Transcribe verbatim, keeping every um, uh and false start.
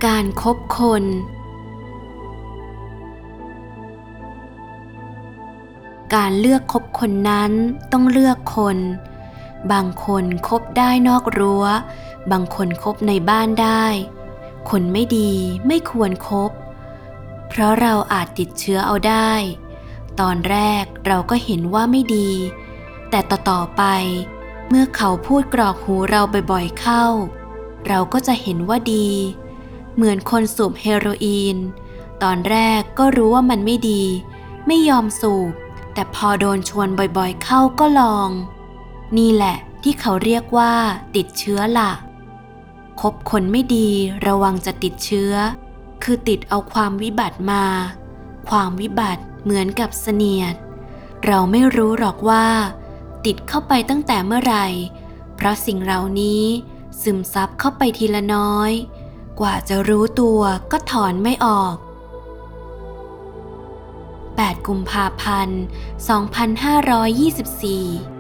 การคบคน การเลือกคบคนนั้นต้องเลือกคน บางคนคบได้นอกรั้ว บางคนคบในบ้านได้ คนไม่ดีไม่ควรคบ เพราะเราอาจติดเชื้อเอาได้ ตอนแรกเราก็เห็นว่าไม่ดี แต่ต่อๆไปเมื่อเขาพูดกรอกหูเราบ่อยๆเข้า เราก็จะเห็นว่าดี เหมือนคนสูบเฮโรอีน ตอนแรกก็รู้ว่ามันไม่ดี ไม่ยอมสูบ แต่พอโดนชวนบ่อยๆเข้าก็ลอง นี่แหละที่เขาเรียกว่าติดเชื้อล่ะ คบคนไม่ดีระวังจะติดเชื้อ คือติดเอาความวิบัติมา ความวิบัติเหมือนกับเสนียด เราไม่รู้หรอกว่าติดเข้าไปตั้งแต่เมื่อไหร่ เพราะสิ่งเหล่านี้ซึมซับเข้าไปทีละน้อย กว่าจะรู้ตัวก็ถอนไม่ออก แปด กุมภาพันธ์ สองพันห้าร้อยยี่สิบสี่